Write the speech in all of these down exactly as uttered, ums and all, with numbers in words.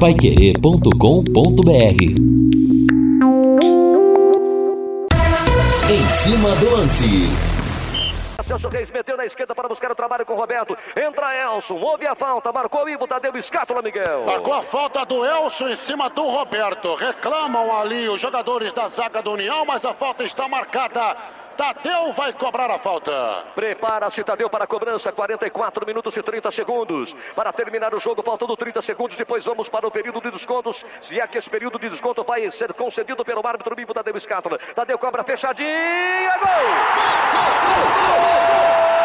paiquerê ponto com ponto br. Em cima do lance. Celso Reis meteu na esquerda para buscar o trabalho com o Roberto. Entra Elson, houve a falta, marcou o Ivo, Tadeu Escátula, Miguel. Marcou a falta do Elson em cima do Roberto. Reclamam ali os jogadores da zaga do União, mas a falta está marcada. Tadeu vai cobrar a falta. Prepara-se Tadeu para a cobrança. quarenta e quatro minutos e trinta segundos. Para terminar o jogo, faltando trinta segundos. Depois vamos para o período de descontos. Se é que esse período de desconto vai ser concedido pelo árbitro Ivo Tadeu Escátula. Tadeu cobra fechadinha. Gol! Gol! Gol! Gol! Gol!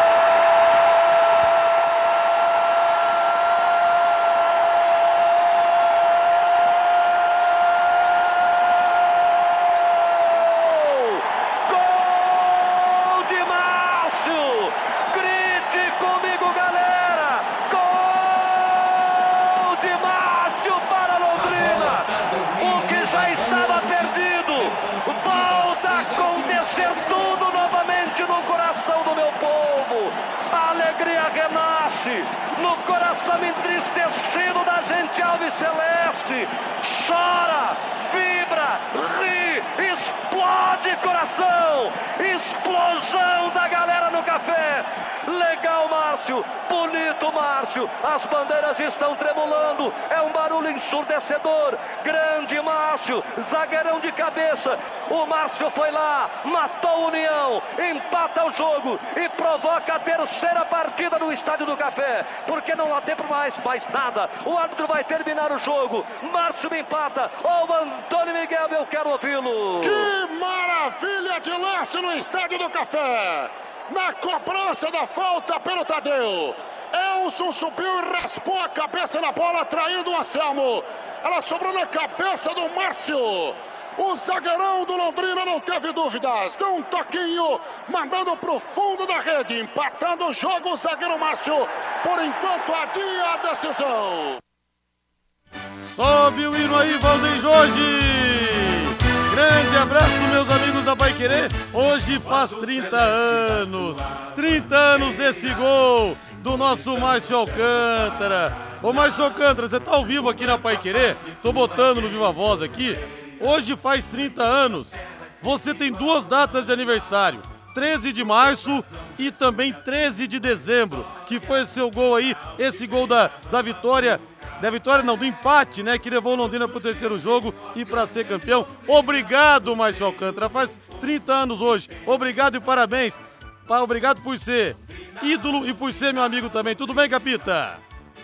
No coração entristecido da gente Alves Celeste, chora, vibra, ri, explode coração, explosão da galera no café. Legal, Márcio, bonito, Márcio, as bandeiras estão tremulando, é um barulho ensurdecedor. Grande Márcio, zagueirão de cabeça. O Márcio foi lá, matou a União, empata o jogo e provoca a terceira partida no Estádio do Café, porque não há tempo mais, mais nada. O árbitro vai terminar o jogo. Márcio me empata. Ô, oh, Antônio Miguel, eu quero ouvi-lo. Que maravilha de lance no Estádio do Café. Na cobrança da falta pelo Tadeu. Elson subiu e raspou a cabeça na bola, traindo o Anselmo. Ela sobrou na cabeça do Márcio. O zagueirão do Londrina não teve dúvidas. Deu um toquinho, mandando pro fundo da rede. Empatando o jogo, o zagueiro Márcio. Por enquanto, adia a decisão. Sobe o hino aí, Valdeir Jorge. Grande abraço, meus amigos da Paiquerê. Hoje faz trinta anos. trinta anos desse gol do nosso Márcio Alcântara. Ô, Márcio Alcântara, você tá ao vivo aqui na Paiquerê? Tô botando no Viva Voz aqui. Hoje faz trinta anos. Você tem duas datas de aniversário. treze de março e também treze de dezembro. Que foi seu gol aí, esse gol da, da vitória... Da vitória não, do empate, né? Que levou o Londrina pro terceiro jogo e para ser campeão. Obrigado, Márcio Alcântara. Faz trinta anos hoje. Obrigado e parabéns. Obrigado por ser ídolo e por ser meu amigo também. Tudo bem, Capita?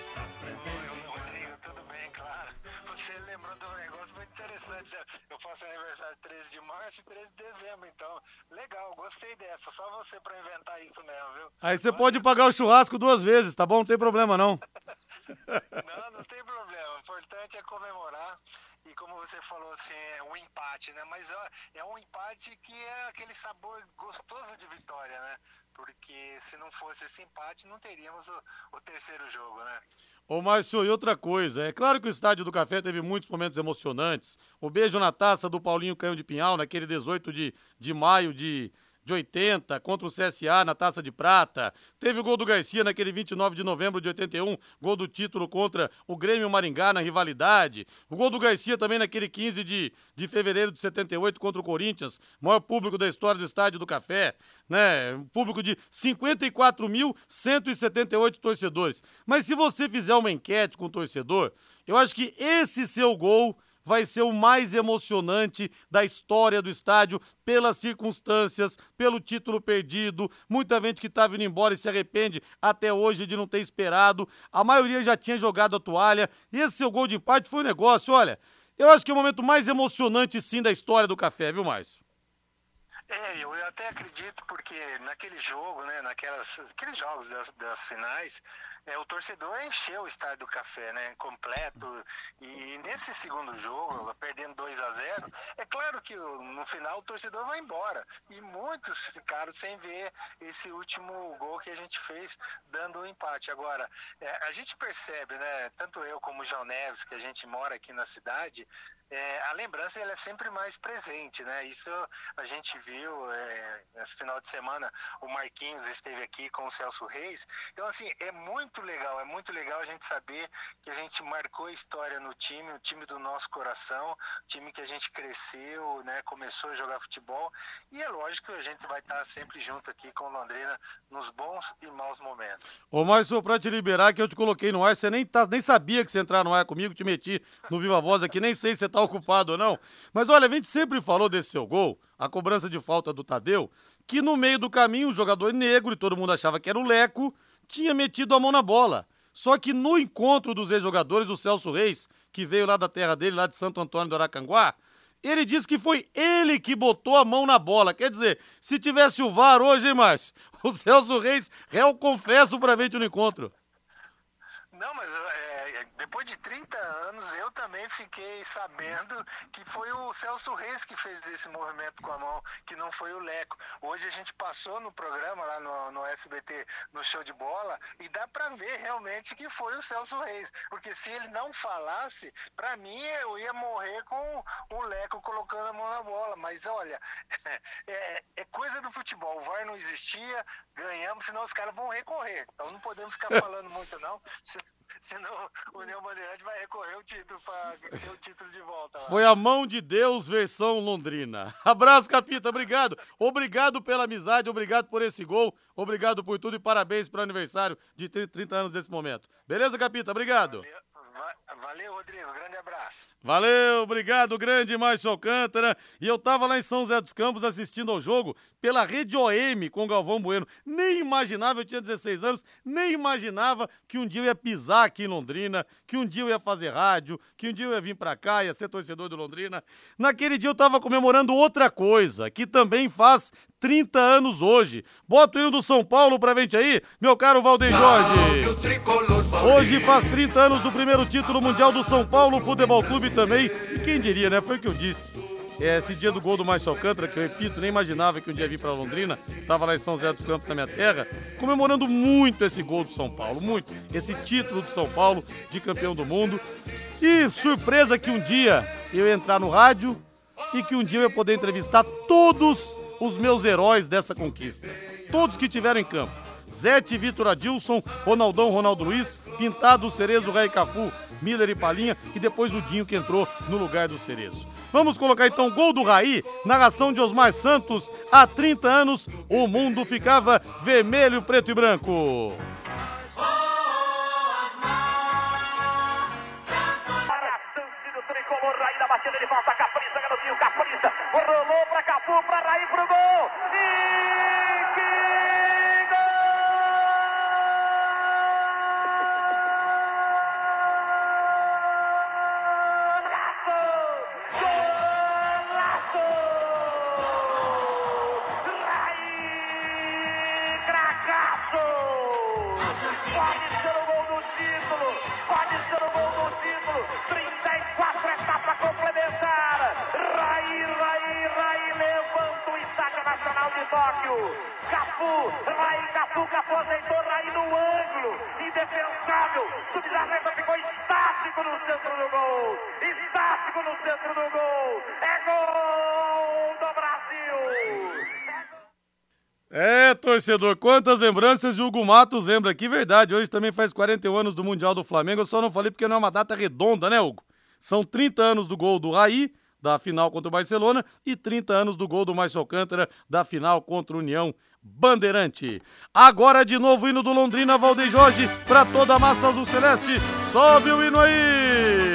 Tudo bem, claro. Você lembrou de um negócio muito interessante. Eu faço aniversário treze de março e treze de dezembro, então legal, gostei dessa. Só você pra inventar isso mesmo, viu? Aí você pode pagar o churrasco duas vezes, tá bom? Não tem problema, não. Não, não tem problema. O importante é comemorar. E como você falou, assim, é um empate, né? Mas ó, é um empate que é aquele sabor gostoso de vitória, né? Porque se não fosse esse empate, não teríamos o, o terceiro jogo, né? Ô, Márcio, e outra coisa, é claro que o Estádio do Café teve muitos momentos emocionantes. O beijo na taça do Paulinho Canhão de Pinhal, naquele dezoito de, de maio de... de oitenta, contra o C S A na Taça de Prata. Teve o gol do Garcia naquele vinte e nove de novembro de oitenta e um, gol do título contra o Grêmio Maringá na rivalidade. O gol do Garcia também naquele quinze de, de fevereiro de setenta e oito contra o Corinthians, maior público da história do Estádio do Café, né? Um público de cinquenta e quatro mil cento e setenta e oito torcedores. Mas se você fizer uma enquete com o torcedor, eu acho que esse seu gol vai ser o mais emocionante da história do estádio, pelas circunstâncias, pelo título perdido, muita gente que estava indo embora e se arrepende até hoje de não ter esperado, a maioria já tinha jogado a toalha, e esse seu gol de empate foi um negócio, olha, eu acho que é o momento mais emocionante sim da história do Café, viu, Márcio? É, eu até acredito porque naquele jogo, né, naquelas, aqueles jogos das, das finais, é, o torcedor encheu o Estádio do Café, né, completo, e nesse segundo jogo, perdendo dois a zero, é claro que no final o torcedor vai embora, e muitos ficaram sem ver esse último gol que a gente fez, dando o um empate. Agora, é, a gente percebe, né, tanto eu como o João Neves, que a gente mora aqui na cidade, é, a lembrança ela é sempre mais presente, né, isso a gente viu é, nesse final de semana, o Marquinhos esteve aqui com o Celso Reis, então assim, é muito muito legal, é muito legal a gente saber que a gente marcou a história no time, o time do nosso coração, o time que a gente cresceu, né, começou a jogar futebol, e é lógico que a gente vai estar sempre junto aqui com Londrina nos bons e maus momentos. Ô, Márcio, pra te liberar, que eu te coloquei no ar, você nem, tá, nem sabia que você ia entrar no ar comigo, te meti no Viva Voz aqui, nem sei se você tá ocupado ou não, mas olha, a gente sempre falou desse seu gol, a cobrança de falta do Tadeu, que no meio do caminho o jogador negro, e todo mundo achava que era o Leco, tinha metido a mão na bola. Só que no encontro dos ex-jogadores, o Celso Reis, que veio lá da terra dele, lá de Santo Antônio do Aracanguá, ele disse que foi ele que botou a mão na bola. Quer dizer, se tivesse o V A R hoje, hein, Márcio? O Celso Reis, réu confesso pra gente no encontro. Não, mas é, depois de trinta anos eu também fiquei sabendo que foi o Celso Reis que fez esse movimento com a mão, que não foi o Leco. Hoje a gente passou no programa lá no, no S B T, no Show de Bola, e dá pra ver realmente que foi o Celso Reis, porque se ele não falasse, pra mim eu ia morrer com o Leco colocando a mão na bola, mas olha, é, é coisa do futebol, o V A R não existia, ganhamos, senão os caras vão recorrer, então não podemos ficar falando muito não, senão o União Bandeirante vai recorrer o título para ter o título de volta. Lá. Foi a mão de Deus versão Londrina. Abraço, Capita, obrigado. Obrigado pela amizade, obrigado por esse gol, obrigado por tudo e parabéns pelo aniversário de trinta anos desse momento. Beleza, Capita? Obrigado. Valeu, va- valeu Rodrigo. Grande abraço. Valeu, obrigado, grande Márcio Alcântara. E eu tava lá em São José dos Campos assistindo ao jogo pela Rede O M com o Galvão Bueno. Nem imaginava, eu tinha dezesseis anos, nem imaginava que um dia eu ia pisar aqui em Londrina, que um dia eu ia fazer rádio, que um dia eu ia vir pra cá, ia ser torcedor do Londrina. Naquele dia eu tava comemorando outra coisa, que também faz trinta anos hoje. Bota o hino do São Paulo pra gente aí, meu caro Valdeir Jorge. Hoje faz trinta anos do primeiro título mundial do São Paulo Futebol Clube também. E quem diria, né? Foi o que eu disse. É, esse dia do gol do Márcio Alcântara, que eu repito, nem imaginava que um dia ia vir pra Londrina, tava lá em São José dos Campos, na minha terra, comemorando muito esse gol do São Paulo, muito. Esse título do São Paulo de campeão do mundo. E surpresa que um dia eu ia entrar no rádio e que um dia eu ia poder entrevistar todos os meus heróis dessa conquista. Todos que tiveram em campo. Zete, Vitor Adilson, Ronaldão, Ronaldo Luiz, Pintado, Cerezo, Rei Cafu, Miller e Palinha e depois o Dinho que entrou no lugar do Cerezo. Vamos colocar então gol do Raí, narração de Osmar Santos. Há trinta anos o mundo ficava vermelho, preto e branco. Batida de falta, Capriça, garotinho, Capriça, rolou pra Cafu, pra Raí, pro gol, e que gol! Golaço! Raí, cracaço! Pode ser o gol do título, pode ser o gol do título, trinta e quatro etapa complementar, Raí, Raí, Raí levanta o Estádio Nacional de Tóquio, Cafu, Raí, Cafu, Cafu ajeitou Raí no ângulo, indefensável, subjarneta ficou estático no centro do gol, estático no centro do gol, é gol do Brasil! É, torcedor, quantas lembranças de Hugo Matos lembra aqui, verdade, hoje também faz quarenta e um anos do Mundial do Flamengo, eu só não falei porque não é uma data redonda, né, Hugo? São trinta anos do gol do Raí, da final contra o Barcelona, e trinta anos do gol do Márcio Alcântara, da final contra o União Bandeirante. Agora de novo o hino do Londrina, Valdeir Jorge, pra toda a massa azul celeste, sobe o hino aí!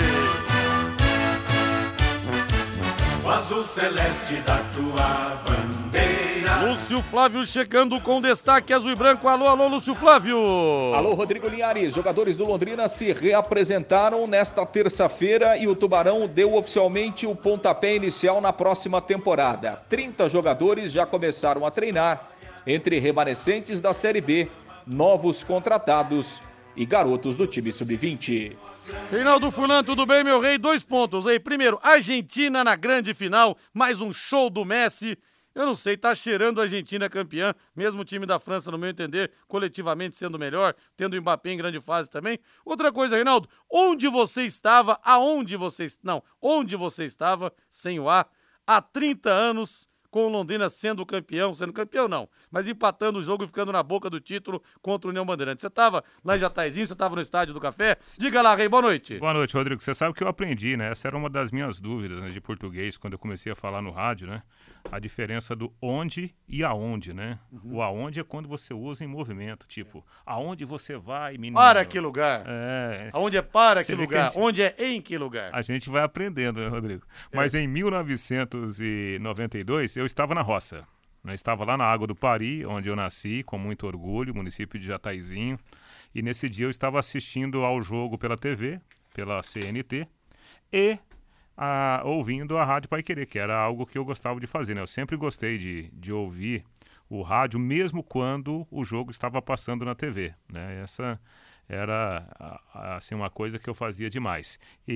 O azul celeste da tua bandeira. Lúcio Flávio chegando com destaque azul e branco. Alô, alô, Lúcio Flávio. Alô, Rodrigo Linhares. Jogadores do Londrina se reapresentaram nesta terça-feira e o Tubarão deu oficialmente o pontapé inicial na próxima temporada. trinta jogadores já começaram a treinar, entre remanescentes da Série B, novos contratados e garotos do time sub vinte. Reinaldo Furlan, tudo bem, meu rei? Dois pontos aí. Primeiro, Argentina na grande final, mais um show do Messi. Eu não sei, tá cheirando a Argentina campeã, mesmo o time da França, no meu entender, coletivamente sendo melhor, tendo o Mbappé em grande fase também. Outra coisa, Reinaldo, onde você estava, aonde você, não, onde você estava, sem o A, há trinta anos, com o Londrina sendo campeão, sendo campeão não, mas empatando o jogo e ficando na boca do título contra o União Bandeirantes. Você estava lá em Jataizinho, você estava no Estádio do Café? Diga lá, Rei, boa noite. Boa noite, Rodrigo. Você sabe que eu aprendi, né? Essa era uma das minhas dúvidas, né, de português, quando eu comecei a falar no rádio, né? A diferença do onde e aonde, né? Uhum. O aonde é quando você usa em movimento, tipo, aonde você vai, menino? Para que lugar? É. Aonde é para que lugar? Que gente... Onde é em que lugar? A gente vai aprendendo, né, Rodrigo? É. Mas em mil novecentos e noventa e dois, eu estava na roça. Eu estava lá na Água do Pari, onde eu nasci, com muito orgulho, município de Jataizinho. E nesse dia eu estava assistindo ao jogo pela T V, pela C N T, e a, ouvindo a Rádio Paiquerê, que era algo que eu gostava de fazer, né? Eu sempre gostei de, de ouvir o rádio, mesmo quando o jogo estava passando na T V, né? Essa era assim, uma coisa que eu fazia demais.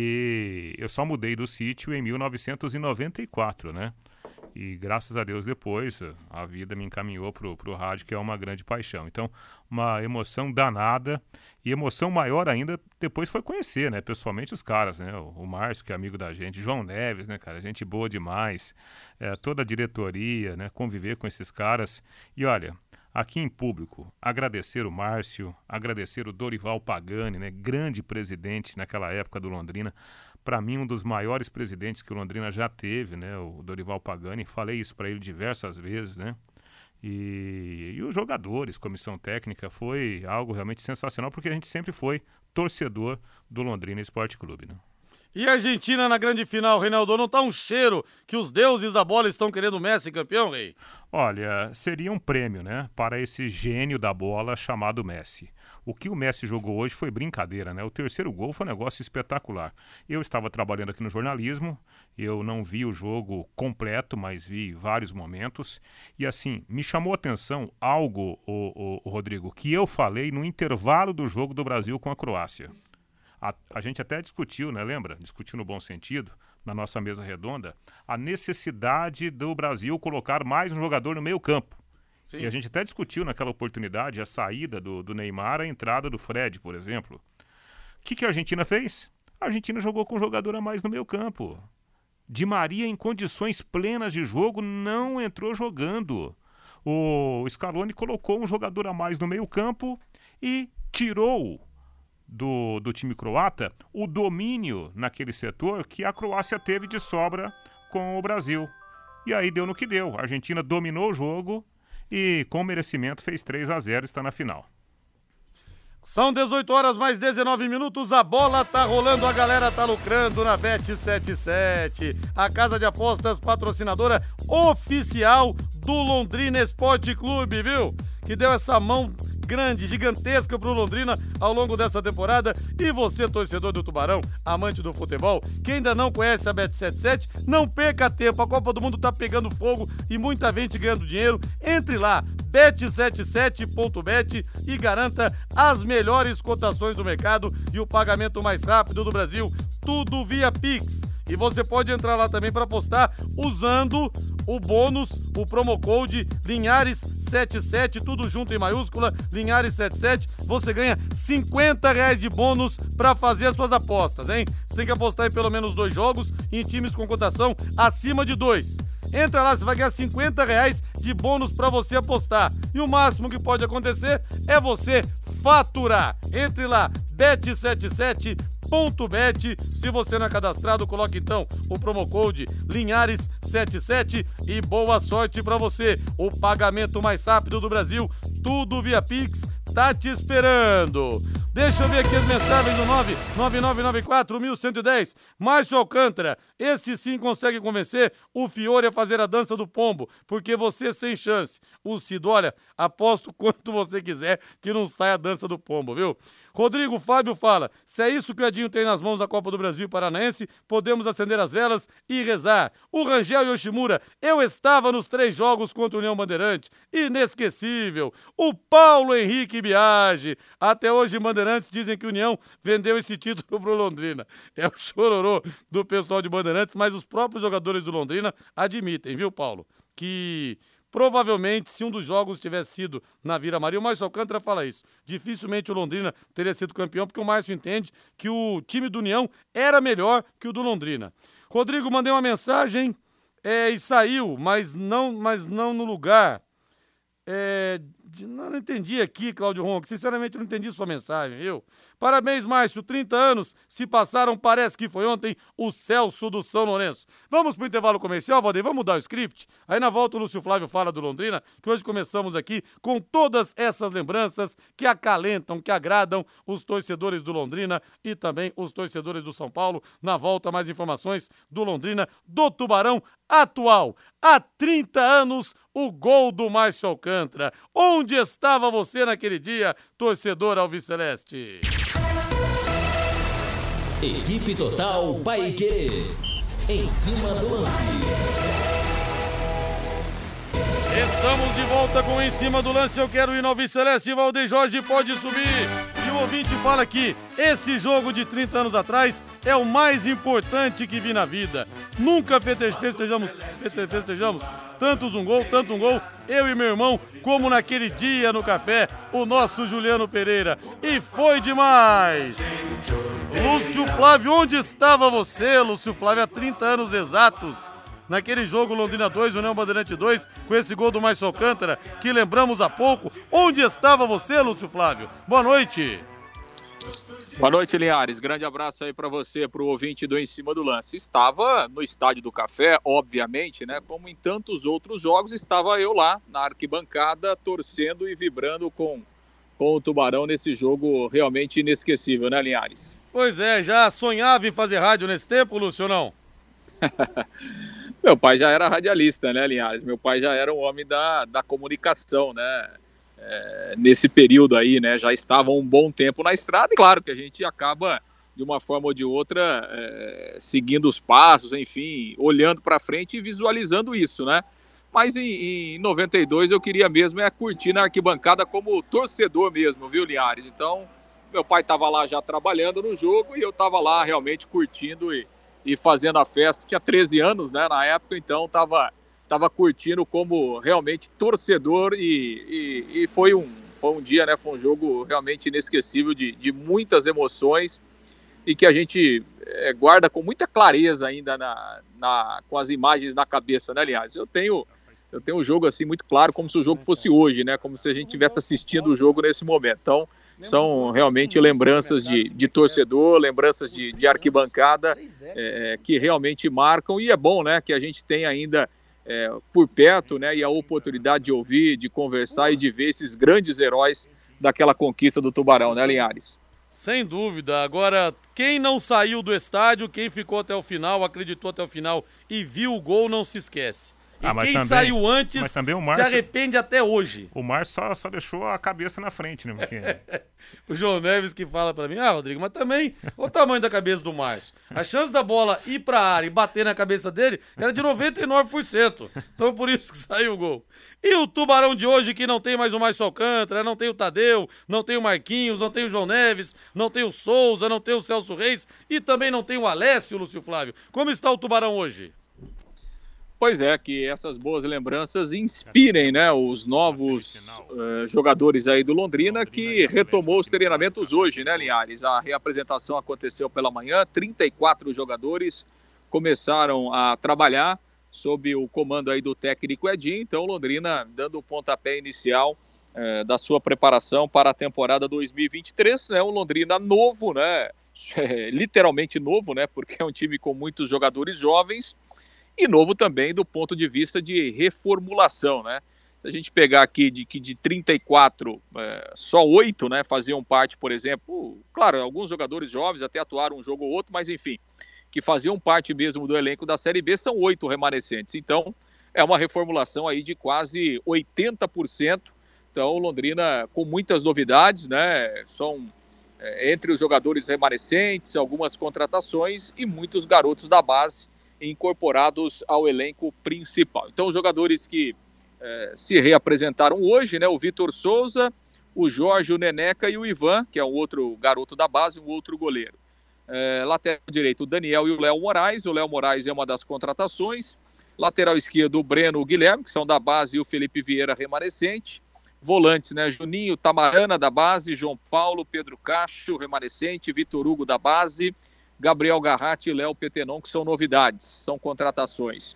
E eu só mudei do sítio em mil novecentos e noventa e quatro, né? E graças a Deus depois a vida me encaminhou pro, pro rádio, que é uma grande paixão. Então, uma emoção danada e emoção maior ainda depois foi conhecer, né, pessoalmente os caras, né, o, o Márcio, que é amigo da gente, João Neves, né, cara, gente boa demais, é, toda a diretoria, né, conviver com esses caras. E olha, aqui em público, agradecer o Márcio, agradecer o Dorival Pagani, né, grande presidente naquela época do Londrina. Para mim, um dos maiores presidentes que o Londrina já teve, né? O Dorival Pagani. Falei isso para ele diversas vezes, né? E, e os jogadores, comissão técnica, foi algo realmente sensacional, porque a gente sempre foi torcedor do Londrina Esporte Clube, né? E a Argentina na grande final, Reinaldo, não tá um cheiro que os deuses da bola estão querendo o Messi campeão, Rei? Olha, seria um prêmio, né, para esse gênio da bola chamado Messi. O que o Messi jogou hoje foi brincadeira, né? O terceiro gol foi um negócio espetacular. Eu estava trabalhando aqui no jornalismo, eu não vi o jogo completo, mas vi vários momentos. E assim, me chamou a atenção algo, o, o, o Rodrigo, que eu falei no intervalo do jogo do Brasil com a Croácia. A, a gente até discutiu, né, lembra? Discutiu no bom sentido, na nossa mesa redonda, a necessidade do Brasil colocar mais um jogador no meio campo. Sim. E a gente até discutiu naquela oportunidade a saída do, do Neymar, a entrada do Fred, por exemplo. O que, que a Argentina fez? A Argentina jogou com um jogador a mais no meio campo. Di Maria, em condições plenas de jogo, não entrou jogando. O Scaloni colocou um jogador a mais no meio campo e tirou do, do time croata o domínio naquele setor que a Croácia teve de sobra com o Brasil. E aí deu no que deu. A Argentina dominou o jogo e com merecimento fez três a zero, está na final. São dezoito horas mais dezenove minutos, a bola tá rolando, a galera tá lucrando na Bet setenta e sete, a casa de apostas patrocinadora oficial do Londrina Esporte Clube, viu? Que deu essa mão grande, gigantesca pro Londrina ao longo dessa temporada. E você, torcedor do Tubarão, amante do futebol, que ainda não conhece a Bet setenta e sete, não perca tempo, a Copa do Mundo tá pegando fogo e muita gente ganhando dinheiro. Entre lá, bet setenta e sete ponto bet e garanta as melhores cotações do mercado e o pagamento mais rápido do Brasil, tudo via Pix. E você pode entrar lá também para apostar usando o bônus, o promo code Linhares setenta e sete, tudo junto em maiúscula, Linhares setenta e sete. Você ganha cinquenta reais de bônus para fazer as suas apostas, hein? Você tem que apostar em pelo menos dois jogos em times com cotação acima de dois. Entra lá, você vai ganhar cinquenta reais de bônus para você apostar. E o máximo que pode acontecer é você faturar. Entre lá, bet setenta e sete ponto bet. Se você não é cadastrado, coloque então o promo code Linhares setenta e sete e boa sorte para você. O pagamento mais rápido do Brasil, tudo via Pix, tá te esperando. Deixa eu ver aqui as mensagens do nove nove nove nove quatro um um zero. Márcio Alcântara, esse sim consegue convencer o Fiore a fazer a dança do pombo, porque você sem chance. O Cido, olha, aposto quanto você quiser que não sai a dança do pombo, viu? Rodrigo Fábio fala, se é isso que o Edinho tem nas mãos da Copa do Brasil Paranaense, podemos acender as velas e rezar. O Rangel Yoshimura, eu estava nos três jogos contra o União Bandeirante, inesquecível. O Paulo Henrique Biagi, até hoje Bandeirantes dizem que o União vendeu esse título pro Londrina. É o chororô do pessoal de Bandeirantes, mas os próprios jogadores do Londrina admitem, viu, Paulo, que provavelmente, se um dos jogos tivesse sido na Vila Maria, o Márcio Alcântara fala isso. Dificilmente o Londrina teria sido campeão, porque o Márcio entende que o time do União era melhor que o do Londrina. Rodrigo, mandei uma mensagem. é, e saiu, mas não, mas não no lugar. É, de, não, não entendi aqui, Cláudio Ronco, sinceramente eu não entendi sua mensagem, viu? Parabéns, Márcio, trinta anos se passaram, parece que foi ontem, o Celso do São Lourenço. Vamos pro intervalo comercial, Valdeir, vamos mudar o script? Aí na volta o Lúcio Flávio fala do Londrina, que hoje começamos aqui com todas essas lembranças que acalentam, que agradam os torcedores do Londrina e também os torcedores do São Paulo. Na volta, mais informações do Londrina, do Tubarão atual. Há trinta anos, o gol do Márcio Alcântara. Onde estava você naquele dia, torcedor alviceleste? Equipe Total Paiquerê. Em cima do lance. Estamos de volta com Em Cima do Lance. Eu quero ir no Alviceleste. Valdeir Jorge pode subir. E o ouvinte fala aqui: esse jogo de trinta anos atrás é o mais importante que vi na vida. Nunca festejamos, festejamos tantos um gol, tanto um gol, eu e meu irmão, como naquele dia no café, o nosso Juliano Pereira. E foi demais! Lúcio Flávio, onde estava você, Lúcio Flávio, há trinta anos exatos? Naquele jogo Londrina dois, União Bandeirante dois, com esse gol do Márcio Alcântara, que lembramos há pouco. Onde estava você, Lúcio Flávio? Boa noite. Boa noite, Linhares. Grande abraço aí para você, para o ouvinte do Em Cima do Lance. Estava no Estádio do Café, obviamente, né? Como em tantos outros jogos, estava eu lá na arquibancada, torcendo e vibrando com, com o Tubarão nesse jogo realmente inesquecível, né, Linhares? Pois é, já sonhava em fazer rádio nesse tempo, Lúcio, ou não? Meu pai já era radialista, né, Linhares? Meu pai já era um homem da, da comunicação, né? É, nesse período aí, né? Já estava um bom tempo na estrada e claro que a gente acaba, de uma forma ou de outra, é, seguindo os passos, enfim, olhando para frente e visualizando isso, né? Mas em, em noventa e dois eu queria mesmo é curtir na arquibancada como torcedor mesmo, viu, Linhares? Então, meu pai estava lá já trabalhando no jogo e eu estava lá realmente curtindo e e fazendo a festa. Tinha treze anos, né, na época, então estava tava curtindo como realmente torcedor e, e, e foi, um, foi um dia, né, foi um jogo realmente inesquecível de, de muitas emoções e que a gente é, guarda com muita clareza ainda na, na, com as imagens na cabeça, né, aliás. Eu tenho, eu tenho um jogo assim muito claro, como se o jogo fosse hoje, né, como se a gente estivesse assistindo o jogo nesse momento. Então, são realmente lembranças de, de torcedor, lembranças de, de arquibancada é, que realmente marcam e é bom, né, que a gente tenha ainda é, por perto, né, e a oportunidade de ouvir, de conversar e de ver esses grandes heróis daquela conquista do Tubarão, né, Linhares? Sem dúvida. Agora, quem não saiu do estádio, quem ficou até o final, acreditou até o final e viu o gol, não se esquece. E ah, quem também, saiu antes mas também o Márcio, se arrepende até hoje. O Márcio só, só deixou a cabeça na frente, né? Porque... o João Neves que fala pra mim: ah, Rodrigo, mas também olha o tamanho da cabeça do Márcio. A chance da bola ir pra área e bater na cabeça dele era de noventa e nove por cento. Então por isso que saiu o gol. E o Tubarão de hoje, que não tem mais o Márcio Alcântara, não tem o Tadeu, não tem o Marquinhos, não tem o João Neves, não tem o Souza, não tem o Celso Reis e também não tem o Alessio, Lúcio Flávio. Como está o Tubarão hoje? Pois é, que essas boas lembranças inspirem, né, os novos uh, jogadores aí do Londrina, que retomou os treinamentos hoje, né, Linhares? A reapresentação aconteceu pela manhã, trinta e quatro jogadores começaram a trabalhar sob o comando aí do técnico Edinho, então Londrina dando o pontapé inicial uh, da sua preparação para a temporada dois mil e vinte e três, né, um Londrina novo, né, é, literalmente novo, né, porque é um time com muitos jogadores jovens, e novo também do ponto de vista de reformulação, né? Se a gente pegar aqui de que de trinta e quatro, é, só oito, né, faziam parte, por exemplo, claro, alguns jogadores jovens até atuaram um jogo ou outro, mas enfim, que faziam parte mesmo do elenco da Série B, são oito remanescentes. Então, é uma reformulação aí de quase oitenta por cento. Então, Londrina com muitas novidades, né? São é, entre os jogadores remanescentes, algumas contratações e muitos garotos da base incorporados ao elenco principal. Então, os jogadores que eh, se reapresentaram hoje, né? O Vitor Souza, o Jorge, o Neneca e o Ivan, que é um outro garoto da base, um outro goleiro. Eh, lateral direito, o Daniel e o Léo Moraes. O Léo Moraes é uma das contratações. Lateral esquerdo, o Breno, o Guilherme, que são da base, e o Felipe Vieira, remanescente. Volantes, né? Juninho, Tamarana, da base, João Paulo, Pedro Cacho, remanescente, Vitor Hugo, da base, Gabriel Garratti e Léo Petenon, que são novidades, são contratações.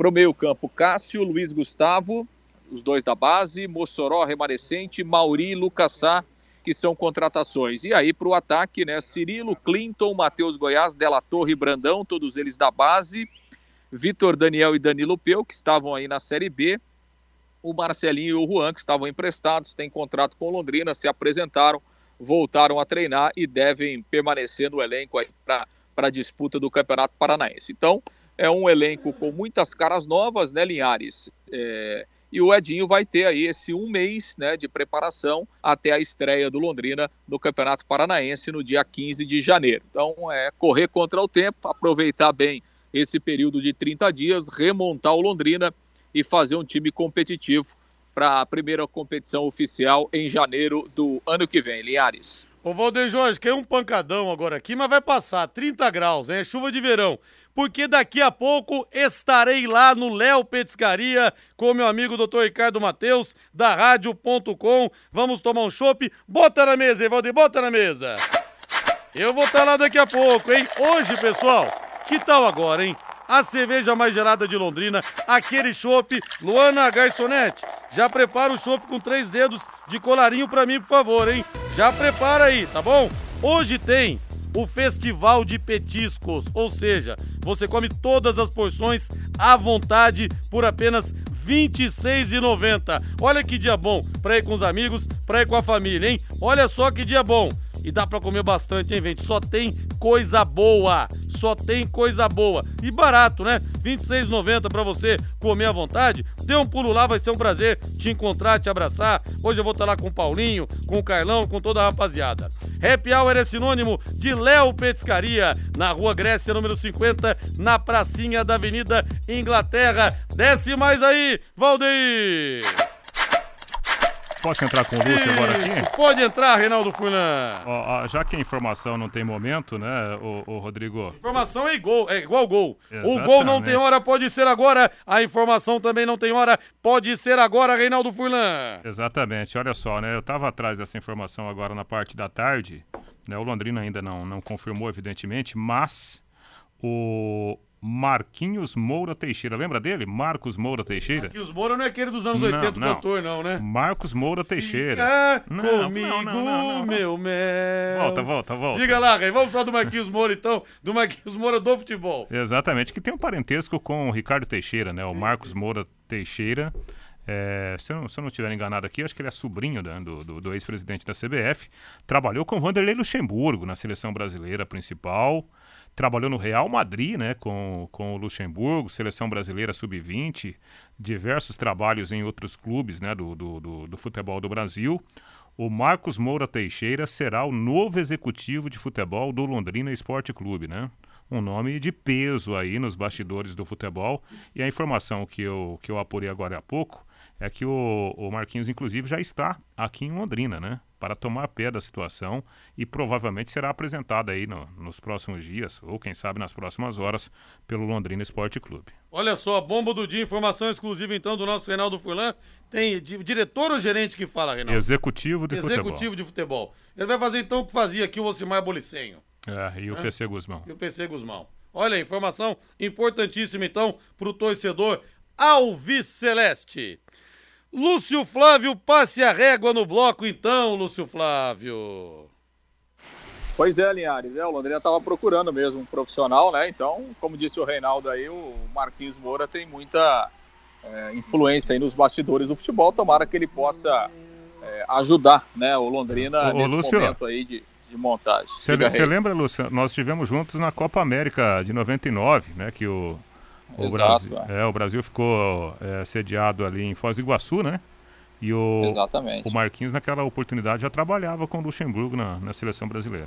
Para o meio campo, Cássio, Luiz Gustavo, os dois da base, Mossoró, remanescente, Mauri e Lucas Sá, que são contratações. E aí para o ataque, né, Cirilo, Clinton, Matheus Goiás, Della Torre e Brandão, todos eles da base, Vitor Daniel e Danilo Peu, que estavam aí na Série B, o Marcelinho e o Juan, que estavam emprestados, têm contrato com Londrina, se apresentaram, voltaram a treinar e devem permanecer no elenco aí para a disputa do Campeonato Paranaense. Então, é um elenco com muitas caras novas, né, Linhares? É... E o Edinho vai ter aí esse um mês, né, de preparação até a estreia do Londrina no Campeonato Paranaense no dia quinze de janeiro. Então, é correr contra o tempo, aproveitar bem esse período de trinta dias, remontar o Londrina e fazer um time competitivo para a primeira competição oficial em janeiro do ano que vem, Linhares. Ô Valdeir Jorge, caiu um pancadão agora aqui, mas vai passar, trinta graus, hein? É chuva de verão. Porque daqui a pouco estarei lá no Léo Petiscaria com o meu amigo doutor Ricardo Mateus, da rádio ponto com. Vamos tomar um chopp. Bota na mesa, hein, Valdeir? Bota na mesa. Eu vou estar lá daqui a pouco, hein? Hoje, pessoal, que tal agora, hein? A cerveja mais gelada de Londrina, aquele chopp. Luana Garçonete, já prepara o chopp com três dedos de colarinho pra mim, por favor, hein? Já prepara aí, tá bom? Hoje tem o Festival de Petiscos, ou seja, você come todas as porções à vontade por apenas vinte e seis reais e noventa centavos. Olha que dia bom pra ir com os amigos, pra ir com a família, hein? Olha só que dia bom. E dá pra comer bastante, hein, gente? Só tem coisa boa. Só tem coisa boa. E barato, né? vinte e seis reais e noventa centavos pra você comer à vontade. Dê um pulo lá, vai ser um prazer te encontrar, te abraçar. Hoje eu vou estar lá com o Paulinho, com o Carlão, com toda a rapaziada. Happy Hour é sinônimo de Léo Petiscaria, na Rua Grécia, número cinquenta, na pracinha da Avenida Inglaterra. Desce mais aí, Valdeir! Posso entrar com o Lúcio Isso, agora aqui? Pode entrar, Reinaldo Furlan. Ó, ó, já que a informação não tem momento, né, ô, ô Rodrigo? Informação é igual, é igual gol. Exatamente. O gol não tem hora, pode ser agora. A informação também não tem hora, pode ser agora, Reinaldo Furlan. Exatamente. Olha só, né, eu tava atrás dessa informação agora na parte da tarde, né, o Londrina ainda não, não confirmou, evidentemente, mas o Marquinhos Moura Teixeira, lembra dele? Marcos Moura Teixeira? Marquinhos Moura não é aquele dos anos não, oitenta, não. Cantor, não, né? Marcos Moura Teixeira. Fica não, comigo, não, não, não, não. Meu mel. Volta, volta, volta. Diga lá, Rei, vamos falar do Marquinhos Moura, então, do Marquinhos Moura do futebol. Exatamente, que tem um parentesco com o Ricardo Teixeira, né? O Marcos Moura Teixeira. É, se, eu não, se eu não estiver enganado aqui, acho que ele é sobrinho da, do, do, do ex-presidente da C B F. Trabalhou com Vanderlei Luxemburgo na seleção brasileira principal. Trabalhou no Real Madrid, né, com, com o Luxemburgo, seleção brasileira sub vinte, diversos trabalhos em outros clubes, né, do, do, do, do futebol do Brasil. O Marcos Moura Teixeira será o novo executivo de futebol do Londrina Esporte Clube, né? Um nome de peso aí nos bastidores do futebol. E a informação que eu, que eu apurei agora há pouco é que o, o Marquinhos, inclusive, já está aqui em Londrina, né? Para tomar pé da situação e provavelmente será apresentado aí no, nos próximos dias, ou quem sabe nas próximas horas, pelo Londrina Esporte Clube. Olha só, a bomba do dia, informação exclusiva então do nosso Reinaldo Furlan. Tem diretor ou gerente que fala, Reinaldo? Executivo de Executivo futebol. Executivo de futebol. Ele vai fazer então o que fazia aqui o Ocimar Bolicenho. É, e o é? P C Guzmão. E o P C Guzmão. Olha, informação importantíssima então para o torcedor Alves Celeste. Lúcio Flávio, passe a régua no bloco então, Lúcio Flávio. Pois é, Linhares, é, o Londrina estava procurando mesmo um profissional, né? Então, como disse o Reinaldo aí, o Marquinhos Moura tem muita é, influência aí nos bastidores do futebol. Tomara que ele possa é, ajudar, né, o Londrina ô, nesse Lúcio, momento aí de, de montagem. Você lembra, Lúcio, nós estivemos juntos na Copa América de noventa e nove, né, que o... O, Exato, Brasil, é. É, o Brasil ficou é, sediado ali em Foz do Iguaçu, né? E o, Exatamente. o Marquinhos, naquela oportunidade, já trabalhava com o Luxemburgo na, na seleção brasileira.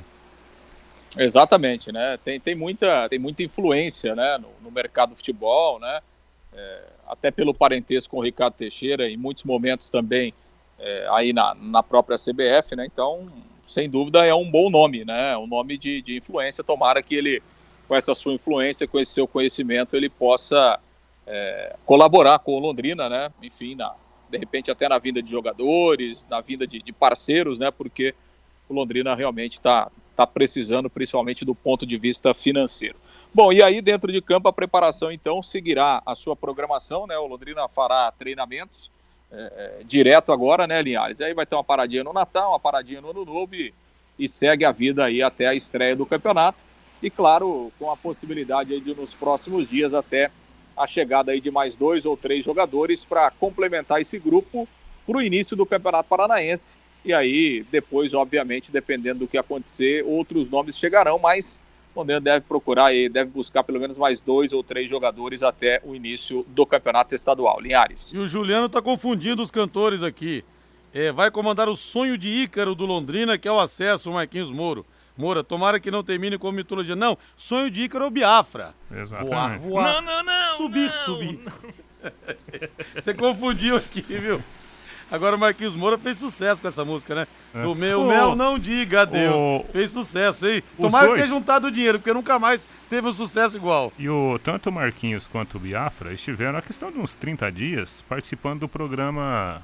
Exatamente, né? Tem, tem, muita, tem muita influência, né, no, no mercado do futebol, né? É, até pelo parentesco com o Ricardo Teixeira, em muitos momentos também é, aí na, na própria C B F, né? Então, sem dúvida, é um bom nome, né? Um nome de, de influência. Tomara que ele, com essa sua influência, com esse seu conhecimento, ele possa é, colaborar com o Londrina, né? Enfim, na, de repente até na vinda de jogadores, na vinda de, de parceiros, né? Porque o Londrina realmente está tá precisando, principalmente do ponto de vista financeiro. Bom, e aí dentro de campo a preparação então seguirá a sua programação, né? O Londrina fará treinamentos é, direto agora, né, Linhares? Aí vai ter uma paradinha no Natal, uma paradinha no Ano Novo e, e segue a vida aí até a estreia do campeonato. E claro, com a possibilidade aí de nos próximos dias até a chegada aí de mais dois ou três jogadores para complementar esse grupo para o início do Campeonato Paranaense. E aí, depois, obviamente, dependendo do que acontecer, outros nomes chegarão, mas o Londrina deve procurar e deve buscar pelo menos mais dois ou três jogadores até o início do Campeonato Estadual. Linhares. E o Juliano está confundindo os cantores aqui. É, vai comandar o Sonho de Ícaro do Londrina, que é o acesso, o Marquinhos Moro. Moura, tomara que não termine com mitologia. Não, Sonho de Ícaro é o Biafra. Exatamente. Voar, voar. Não, não, não. Subir, não, subir. Não. Você confundiu aqui, viu? Agora o Marquinhos Moura fez sucesso com essa música, né? É. Do meu O- mel não diga adeus. o- Fez sucesso, hein? Os Tomara que dois- tenha juntado o dinheiro, porque nunca mais teve um sucesso igual. E o, tanto o Marquinhos quanto o Biafra estiveram, a questão de uns trinta dias, participando do programa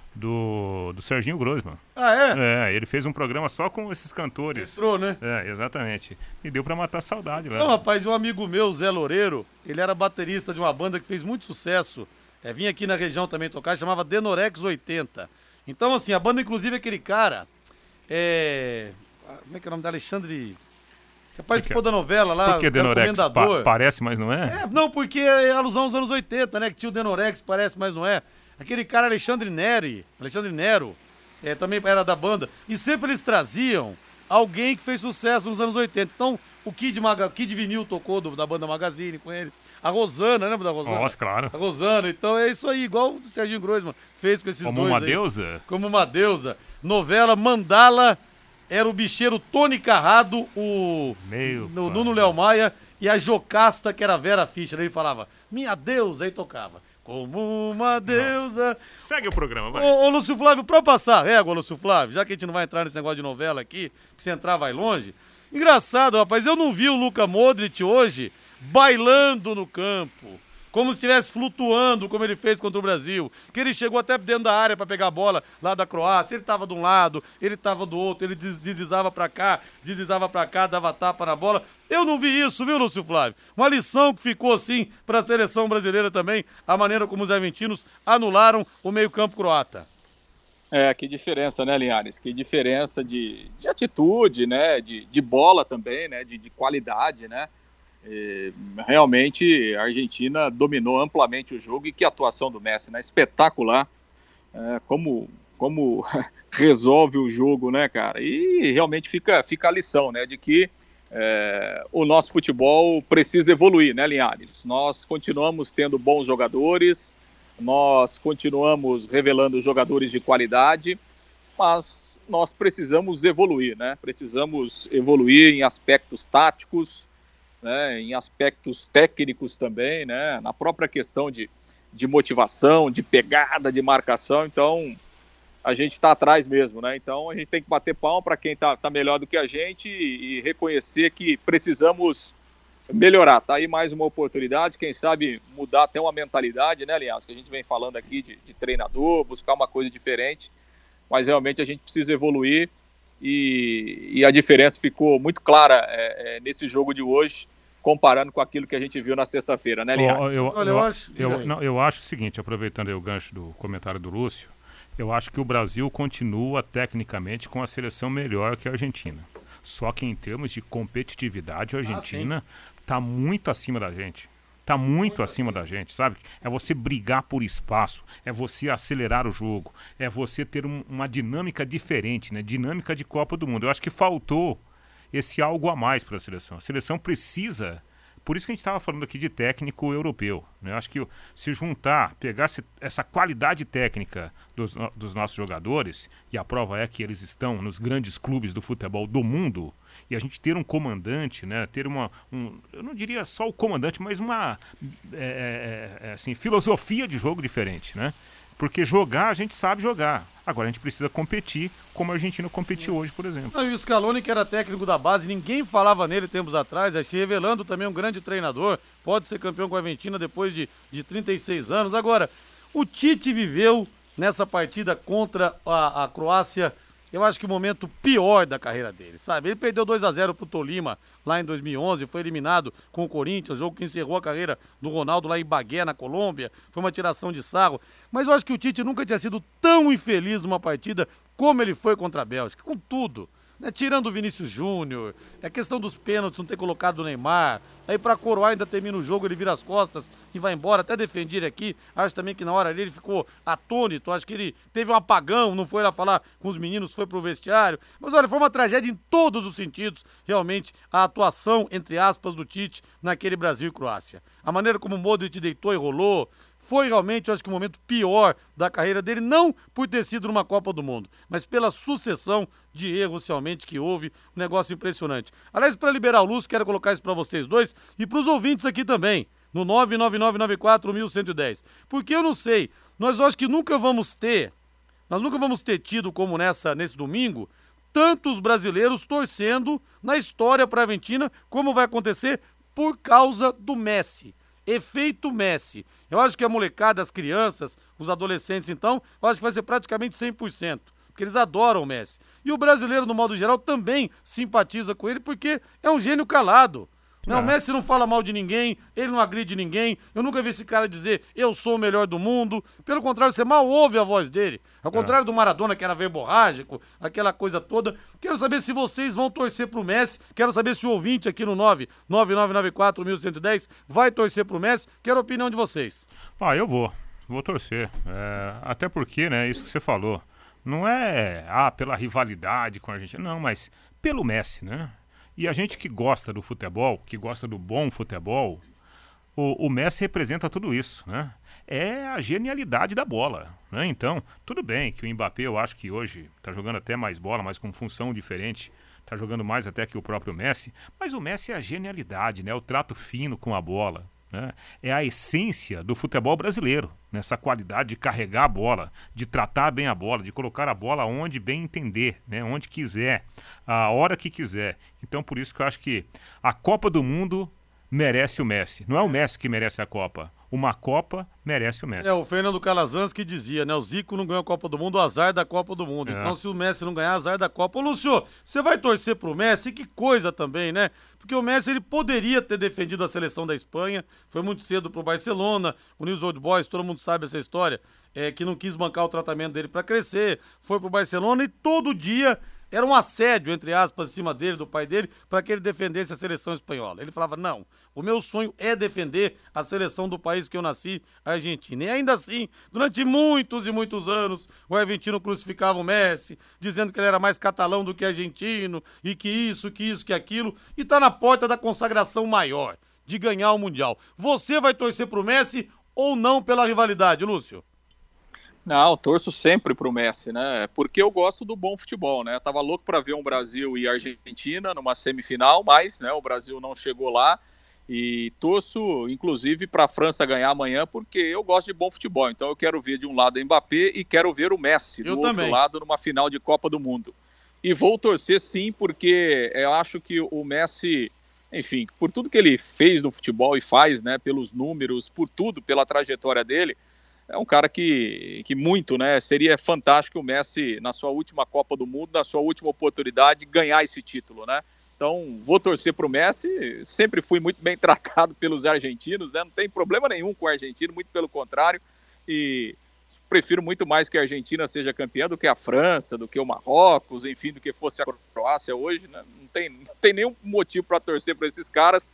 do, do Serginho Grossman. Ah, é? É, ele fez um programa só com esses cantores. Entrou, né? É, exatamente. E deu pra matar a saudade lá. Não, rapaz, um amigo meu, Zé Loureiro, ele era baterista de uma banda que fez muito sucesso. É, vinha aqui na região também tocar, chamava Denorex oitenta. Então, assim, a banda, inclusive, aquele cara, é... Como é que é o nome dele? Alexandre... Que participou da novela lá, Porque o cara Denorex pa comendador. parece, mas não é? É, não, porque é alusão aos anos oitenta, né? Que tinha o Denorex, parece, mas não é. Aquele cara Alexandre Neri, Alexandre Nero, é, também era da banda. E sempre eles traziam alguém que fez sucesso nos anos oitenta. Então, o Kid, Maga, Kid Vinil tocou do, da banda Magazine com eles. A Rosana, lembra da Rosana? Nossa, claro. A Rosana, então é isso aí, igual o Serginho Grossman fez com esses Como dois uma aí. deusa? Como uma deusa. Novela Mandala, era o bicheiro Tony Carrado, o Meu no, pai. Nuno Léo Maia e a Jocasta, que era a Vera Fischer. Ele falava, minha deusa, aí tocava. Como uma deusa. Segue o programa, vai. Ô, ô, Lúcio Flávio, pra passar a régua, Lúcio Flávio, já que a gente não vai entrar nesse negócio de novela aqui, porque se entrar vai longe. Engraçado, rapaz, eu não vi o Luka Modric hoje bailando no campo, como se estivesse flutuando, como ele fez contra o Brasil, que ele chegou até dentro da área pra pegar a bola lá da Croácia, ele tava de um lado, ele tava do outro, ele des- deslizava pra cá, deslizava pra cá, dava tapa na bola. Eu não vi isso, viu, Lúcio Flávio? Uma lição que ficou, assim, pra seleção brasileira também, a maneira como os argentinos anularam o meio-campo croata. É, que diferença, né, Linhares? Que diferença de, de atitude, né? De, de bola também, né? De, de qualidade, né? E, realmente a Argentina dominou amplamente o jogo e que atuação do Messi, né? Espetacular. É, como, como resolve o jogo, né, cara? E realmente fica, fica a lição, né? De que é, o nosso futebol precisa evoluir, né, Linhares? Nós continuamos tendo bons jogadores, nós continuamos revelando jogadores de qualidade, mas nós precisamos evoluir, né? Precisamos evoluir em aspectos táticos, né? Em aspectos técnicos também, né? Na própria questão de, de motivação, de pegada, de marcação. Então, a gente está atrás mesmo, né? Então, a gente tem que bater palma para quem está tá melhor do que a gente e, e reconhecer que precisamos melhorar. Tá aí mais uma oportunidade, quem sabe mudar até uma mentalidade, né, aliás, que a gente vem falando aqui de, de treinador, buscar uma coisa diferente, mas realmente a gente precisa evoluir e, e a diferença ficou muito clara é, é, nesse jogo de hoje, comparando com aquilo que a gente viu na sexta-feira, né, Linhares? Eu, eu, Olha, eu, eu acho- eu, não, eu acho o seguinte, aproveitando aí o gancho do comentário do Lúcio, eu acho que o Brasil continua tecnicamente com a seleção melhor que a Argentina. Só que em termos de competitividade, a Argentina está muito acima da gente. Está muito acima da gente, sabe? É você brigar por espaço, é você acelerar o jogo, é você ter um- uma dinâmica diferente, né? Dinâmica de Copa do Mundo. Eu acho que faltou esse algo a mais para a seleção. A seleção precisa... Por isso que a gente estava falando aqui de técnico europeu, né? Eu acho que se juntar, pegar esse- essa qualidade técnica dos, no- dos nossos jogadores, e a prova é que eles estão nos grandes clubes do futebol do mundo, e a gente ter um comandante, né? Ter uma, um, eu não diria só o comandante, mas uma é, é, é, assim, filosofia de jogo diferente, né? Porque jogar, a gente sabe jogar. Agora a gente precisa competir como a Argentina competiu hoje, por exemplo. Não, e o Scaloni, que era técnico da base, ninguém falava nele tempos atrás, aí se revelando também um grande treinador, pode ser campeão com a Argentina depois de, de trinta e seis anos. Agora, o Tite viveu nessa partida contra a, a Croácia eu acho que o momento pior da carreira dele, sabe? Ele perdeu dois a zero pro Tolima lá em dois mil e onze, foi eliminado com o Corinthians, jogo que encerrou a carreira do Ronaldo lá em Bagué, na Colômbia, foi uma tiração de sarro, mas eu acho que o Tite nunca tinha sido tão infeliz numa partida como ele foi contra a Bélgica, com tudo. Né, tirando o Vinícius Júnior, é a questão dos pênaltis, não ter colocado o Neymar, aí pra coroar ainda termina o jogo, ele vira as costas e vai embora, até defendi ele aqui, acho também que na hora ali ele ficou atônito, acho que ele teve um apagão, não foi lá falar com os meninos, foi pro vestiário, mas olha, foi uma tragédia em todos os sentidos, realmente, a atuação, entre aspas, do Tite naquele Brasil e Croácia. A maneira como o Modric deitou e rolou, foi realmente, eu acho que o momento pior da carreira dele, não por ter sido numa Copa do Mundo, mas pela sucessão de erros realmente que houve, um negócio impressionante. Aliás, para liberar o Lúcio, quero colocar isso para vocês dois e para os ouvintes aqui também, no nove nove nove nove quatro um um zero. Porque eu não sei, nós acho que nunca vamos ter, nós nunca vamos ter tido como nessa, nesse domingo, tantos brasileiros torcendo na história para a Argentina, como vai acontecer por causa do Messi. Efeito Messi. Eu acho que a molecada, as crianças, os adolescentes, então, eu acho que vai ser praticamente cem por cento, porque eles adoram o Messi. E o brasileiro, no modo geral, também simpatiza com ele, porque é um gênio calado. Não, é. O Messi não fala mal de ninguém, ele não agride ninguém, eu nunca vi esse cara dizer eu sou o melhor do mundo, pelo contrário, você mal ouve a voz dele, ao contrário é. do Maradona, que era verborrágico, aquela coisa toda. Quero saber se vocês vão torcer pro Messi, quero saber se o ouvinte aqui no nove nove nove nove quatro um um zero vai torcer pro Messi, quero a opinião de vocês. Ah, eu vou, vou torcer, é, até porque, né, isso que você falou, não é, ah, pela rivalidade com a Argentina, não, mas pelo Messi, né? E a gente que gosta do futebol, que gosta do bom futebol, o, o Messi representa tudo isso, né? É a genialidade da bola, né? Então, tudo bem que o Mbappé, eu acho que hoje está jogando até mais bola, mas com função diferente, está jogando mais até que o próprio Messi, mas o Messi é a genialidade, né? O trato fino com a bola, né? É a essência do futebol brasileiro, nessa qualidade de carregar a bola, de tratar bem a bola, de colocar a bola onde bem entender, né? Onde quiser, a hora que quiser. Então por isso que eu acho que a Copa do Mundo merece o Messi. Não é o Messi que merece a Copa. Uma Copa merece o Messi. É, o Fernando Calazans que dizia, né? O Zico não ganhou a Copa do Mundo, o azar da Copa do Mundo. É. Então, se o Messi não ganhar, azar da Copa. Ô, Lúcio, você vai torcer pro Messi? Que coisa também, né? Porque o Messi, ele poderia ter defendido a seleção da Espanha, foi muito cedo pro Barcelona, o News Old Boys, todo mundo sabe essa história, é, que não quis bancar o tratamento dele pra crescer, foi pro Barcelona e todo dia era um assédio, entre aspas, em cima dele, do pai dele, para que ele defendesse a seleção espanhola. Ele falava, não, o meu sonho é defender a seleção do país que eu nasci, a Argentina. E ainda assim, durante muitos e muitos anos, o argentino crucificava o Messi, dizendo que ele era mais catalão do que argentino, e que isso, que isso, que aquilo, e tá na porta da consagração maior, de ganhar o Mundial. Você vai torcer pro Messi ou não pela rivalidade, Lúcio? Não, torço sempre pro Messi, né? Porque eu gosto do bom futebol, né? Eu tava louco para ver um Brasil e Argentina numa semifinal, mas, né, o Brasil não chegou lá. E torço, inclusive, para a França ganhar amanhã, porque eu gosto de bom futebol. Então eu quero ver de um lado o Mbappé e quero ver o Messi eu do também. outro lado numa final de Copa do Mundo. E vou torcer sim, porque eu acho que o Messi, enfim, por tudo que ele fez no futebol e faz, né, pelos números, por tudo, pela trajetória dele, é um cara que, que muito, né, seria fantástico o Messi, na sua última Copa do Mundo, na sua última oportunidade, ganhar esse título, né? Então, vou torcer para o Messi, sempre fui muito bem tratado pelos argentinos, né? Não tem problema nenhum com o argentino, muito pelo contrário, e prefiro muito mais que a Argentina seja campeã do que a França, do que o Marrocos, enfim, do que fosse a Croácia hoje, né? Não tem, não tem nenhum motivo para torcer para esses caras.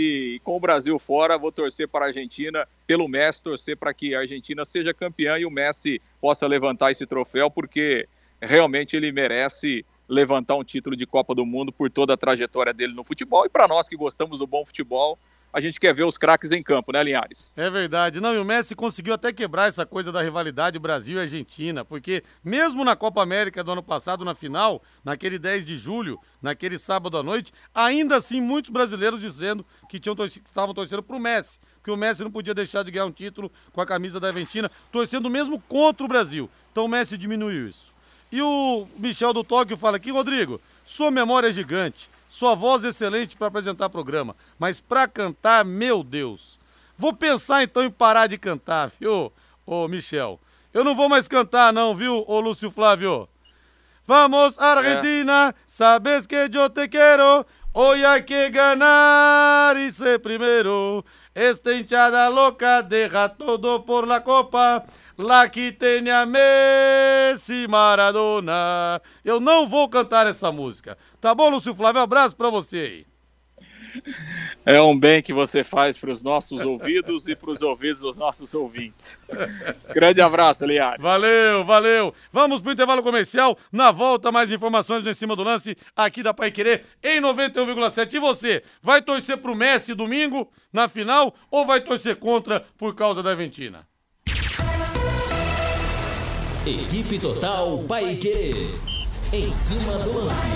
E com o Brasil fora, vou torcer para a Argentina, pelo Messi, torcer para que a Argentina seja campeã e o Messi possa levantar esse troféu, porque realmente ele merece levantar um título de Copa do Mundo por toda a trajetória dele no futebol. E para nós que gostamos do bom futebol, a gente quer ver os craques em campo, né, Linhares? É verdade. Não, e o Messi conseguiu até quebrar essa coisa da rivalidade Brasil e Argentina, porque mesmo na Copa América do ano passado, na final, naquele dez de julho, naquele sábado à noite, ainda assim muitos brasileiros dizendo que tinham torcido, que estavam torcendo pro Messi, que o Messi não podia deixar de ganhar um título com a camisa da Argentina, torcendo mesmo contra o Brasil. Então o Messi diminuiu isso. E o Michel do Tóquio fala aqui, Rodrigo, sua memória é gigante. Sua voz é excelente para apresentar programa, mas para cantar, meu Deus. Vou pensar então em parar de cantar, viu, ô Michel? Eu não vou mais cantar não, viu, ô Lúcio Flávio? Vamos, Argentina, é. Sabes que eu te quero. Hoy hay que ganar y ser primero. Esta hinchada loca deja todo por la copa. Lá que tem a Messi Maradona. Eu não vou cantar essa música. Tá bom, Lúcio Flávio? Um abraço pra você aí. É um bem que você faz para os nossos ouvidos e para os ouvidos dos nossos ouvintes. Grande abraço, Linhares. Valeu, valeu. Vamos pro intervalo comercial. Na volta, mais informações do Em Cima do Lance aqui da Paiquerê em noventa e um vírgula sete. E você, vai torcer pro Messi domingo na final ou vai torcer contra por causa da Argentina? Equipe Total Paiquerê. Em Cima do Lance.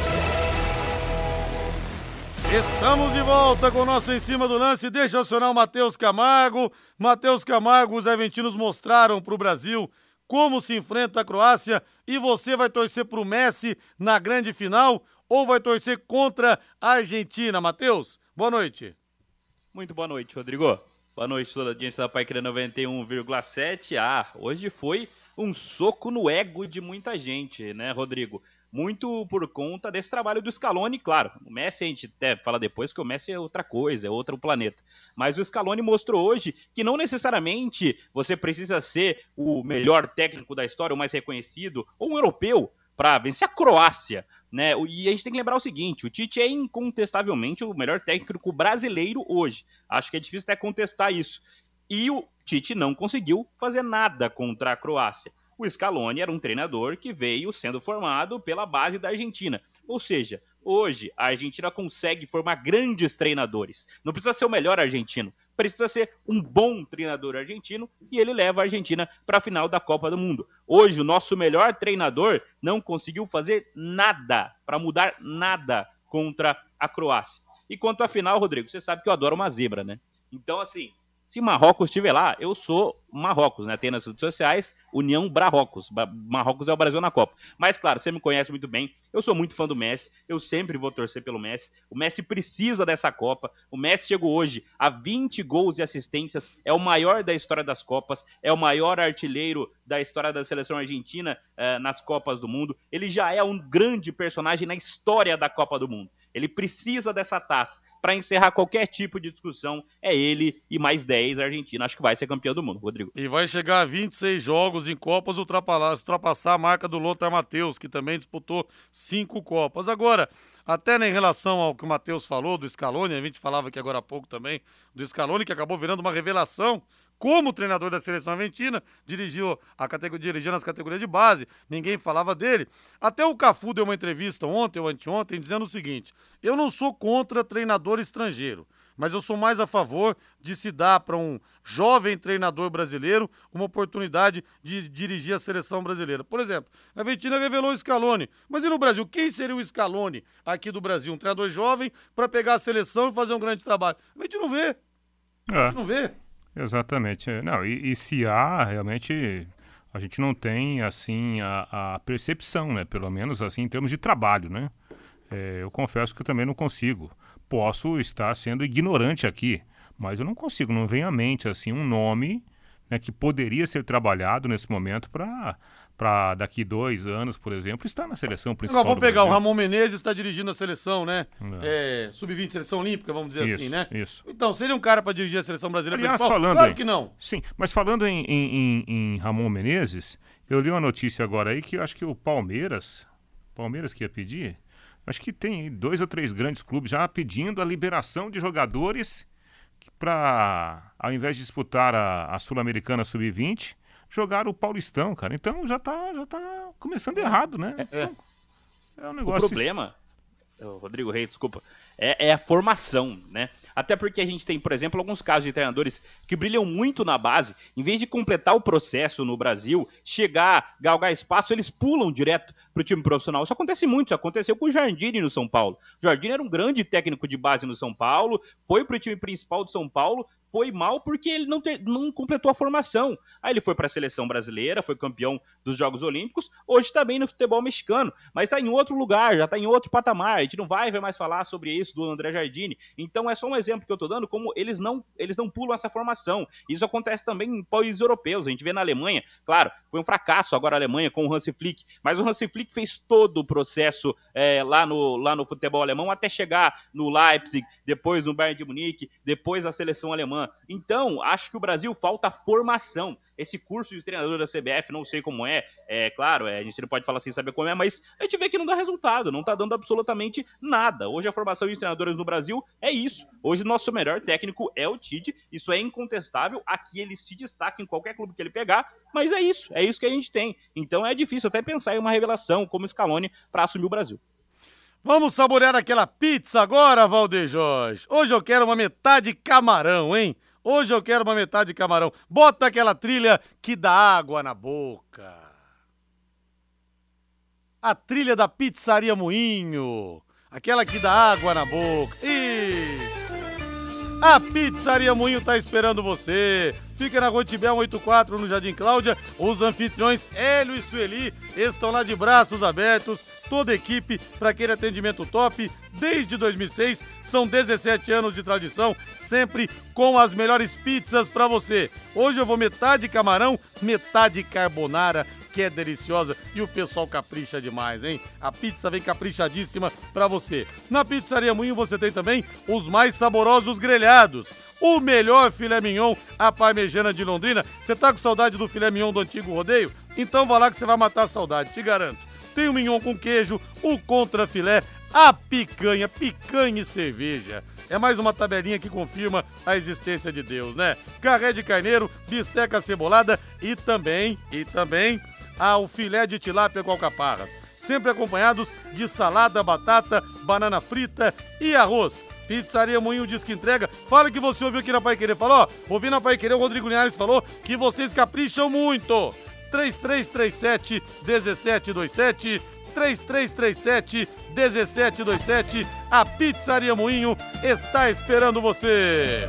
Estamos de volta com o nosso Em Cima do Lance. Deixa eu acionar o Matheus Camargo. Matheus Camargo, os argentinos mostraram para o Brasil como se enfrenta a Croácia. E você vai torcer para o Messi na grande final ou vai torcer contra a Argentina? Matheus, boa noite. Muito boa noite, Rodrigo. Boa noite, toda a audiência da Paiquerê noventa e um vírgula sete. Ah, hoje foi um soco no ego de muita gente, né, Rodrigo? Muito por conta desse trabalho do Scaloni, claro. O Messi a gente até fala depois que o Messi é outra coisa, é outro planeta. Mas o Scaloni mostrou hoje que não necessariamente você precisa ser o melhor técnico da história, o mais reconhecido, ou um europeu, para vencer a Croácia, né? E a gente tem que lembrar o seguinte, o Tite é incontestavelmente o melhor técnico brasileiro hoje. Acho que é difícil até contestar isso. E o Tite não conseguiu fazer nada contra a Croácia. O Scaloni era um treinador que veio sendo formado pela base da Argentina. Ou seja, hoje a Argentina consegue formar grandes treinadores. Não precisa ser o melhor argentino, precisa ser um bom treinador argentino e ele leva a Argentina para a final da Copa do Mundo. Hoje o nosso melhor treinador não conseguiu fazer nada para mudar nada contra a Croácia. E quanto à final, Rodrigo, você sabe que eu adoro uma zebra, né? Então, assim, se Marrocos estiver lá, eu sou Marrocos, né? Tem nas redes sociais União Brarrocos. Marrocos é o Brasil na Copa. Mas, claro, você me conhece muito bem. Eu sou muito fã do Messi. Eu sempre vou torcer pelo Messi. O Messi precisa dessa Copa. O Messi chegou hoje a vinte gols e assistências. É o maior da história das Copas. É o maior artilheiro da história da seleção argentina eh, nas Copas do Mundo. Ele já é um grande personagem na história da Copa do Mundo. Ele precisa dessa taça para encerrar qualquer tipo de discussão. É ele e mais dez a Argentina. Acho que vai ser campeão do mundo, Rodrigo. E vai chegar a vinte e seis jogos em Copas, ultrapassar a marca do Lothar Matthäus, que também disputou cinco Copas. Agora, até em relação ao que o Matheus falou do Scaloni, a gente falava aqui agora há pouco também do Scaloni, que acabou virando uma revelação como treinador da seleção argentina, dirigiu a categoria, dirigiu nas categorias de base, ninguém falava dele. Até o Cafu deu uma entrevista ontem ou anteontem dizendo o seguinte: eu não sou contra treinador estrangeiro, mas eu sou mais a favor de se dar para um jovem treinador brasileiro uma oportunidade de dirigir a seleção brasileira. Por exemplo, a Argentina revelou o Scaloni, mas e no Brasil? Quem seria o Scaloni aqui do Brasil? Um treinador jovem para pegar a seleção e fazer um grande trabalho? A gente não vê. A gente não vê. Exatamente. Não, e, e se há, realmente, a gente não tem, assim, a, a percepção, né? Pelo menos, assim, em termos de trabalho, né? É, eu confesso que eu também não consigo. Posso estar sendo ignorante aqui, mas eu não consigo, não vem à mente, assim, um nome, né, que poderia ser trabalhado nesse momento para para daqui dois anos, por exemplo, estar na seleção principal. Agora, vamos pegar Brasil. O Ramon Menezes, está dirigindo a seleção, né? É. É, sub vinte, seleção olímpica, vamos dizer isso, assim, né? Isso. Então, seria um cara para dirigir a seleção brasileira Aliás, principal? falando Claro em, que não. Sim, mas falando em, em, em, em Ramon Menezes, eu li uma notícia agora aí que eu acho que o Palmeiras, Palmeiras que ia pedir, acho que tem dois ou três grandes clubes já pedindo a liberação de jogadores para, ao invés de disputar a, a Sul-Americana sub vinte, jogar o Paulistão, cara. Então já tá, já tá começando errado, né? É, é um negócio... O problema, Rodrigo Reis, desculpa, é, é a formação, né? Até porque a gente tem, por exemplo, alguns casos de treinadores que brilham muito na base, em vez de completar o processo no Brasil, chegar, galgar espaço, eles pulam direto pro time profissional. Isso acontece muito, isso aconteceu com o Jardine no São Paulo. O Jardine era um grande técnico de base no São Paulo, foi pro time principal do São Paulo, foi mal porque ele não, ter, não completou a formação. Aí ele foi para a seleção brasileira, foi campeão dos Jogos Olímpicos, hoje também no futebol mexicano, mas está em outro lugar, já está em outro patamar. A gente não vai ver mais falar sobre isso do André Jardine. Então é só um exemplo que eu estou dando, como eles não, eles não pulam essa formação. Isso acontece também em países europeus. A gente vê na Alemanha, claro, foi um fracasso agora a Alemanha com o Hansi Flick, mas o Hansi Flick fez todo o processo é, lá, no, lá no futebol alemão até chegar no Leipzig, depois no Bayern de Munique, depois a seleção alemã. Então, acho que o Brasil falta formação. Esse curso de treinador da C B F, não sei como é, é claro, é, a gente não pode falar sem saber como é, mas a gente vê que não dá resultado, não tá dando absolutamente nada. Hoje a formação de treinadores no Brasil é isso. Hoje o nosso melhor técnico é o Tite, isso é incontestável, aqui ele se destaca em qualquer clube que ele pegar, mas é isso, é isso que a gente tem. Então é difícil até pensar em uma revelação como Scaloni para assumir o Brasil. Vamos saborear aquela pizza agora, Valdeir Jorge. Hoje eu quero uma metade camarão, hein? Hoje eu quero uma metade camarão. Bota aquela trilha que dá água na boca. A trilha da Pizzaria Moinho. Aquela que dá água na boca. Isso. A Pizzaria Moinho tá esperando você. Fica na Rua Tibel cento e oitenta e quatro, no Jardim Cláudia. Os anfitriões Hélio e Sueli estão lá de braços abertos. Toda a equipe para aquele atendimento top. Desde dois mil e seis, são dezessete anos de tradição, sempre com as melhores pizzas para você. Hoje eu vou metade camarão, metade carbonara, que é deliciosa, e o pessoal capricha demais, hein? A pizza vem caprichadíssima pra você. Na Pizzaria Moinho você tem também os mais saborosos grelhados. O melhor filé mignon, a parmegiana de Londrina. Você tá com saudade do filé mignon do antigo rodeio? Então vá lá que você vai matar a saudade, te garanto. Tem o mignon com queijo, o contrafilé, a picanha, picanha e cerveja. É mais uma tabelinha que confirma a existência de Deus, né? Carré de carneiro, bisteca cebolada e também, e também... Ah, o filé de tilápia com alcaparras, sempre acompanhados de salada, batata, banana frita e arroz. Pizzaria Moinho diz que entrega. Fala que você ouviu aqui na Pai Querer. Falou, ouvi na Pai Querer, o Rodrigo Linhares falou que vocês capricham muito. três três três sete, um sete dois sete, três três três sete, um sete dois sete. A Pizzaria Moinho está esperando você.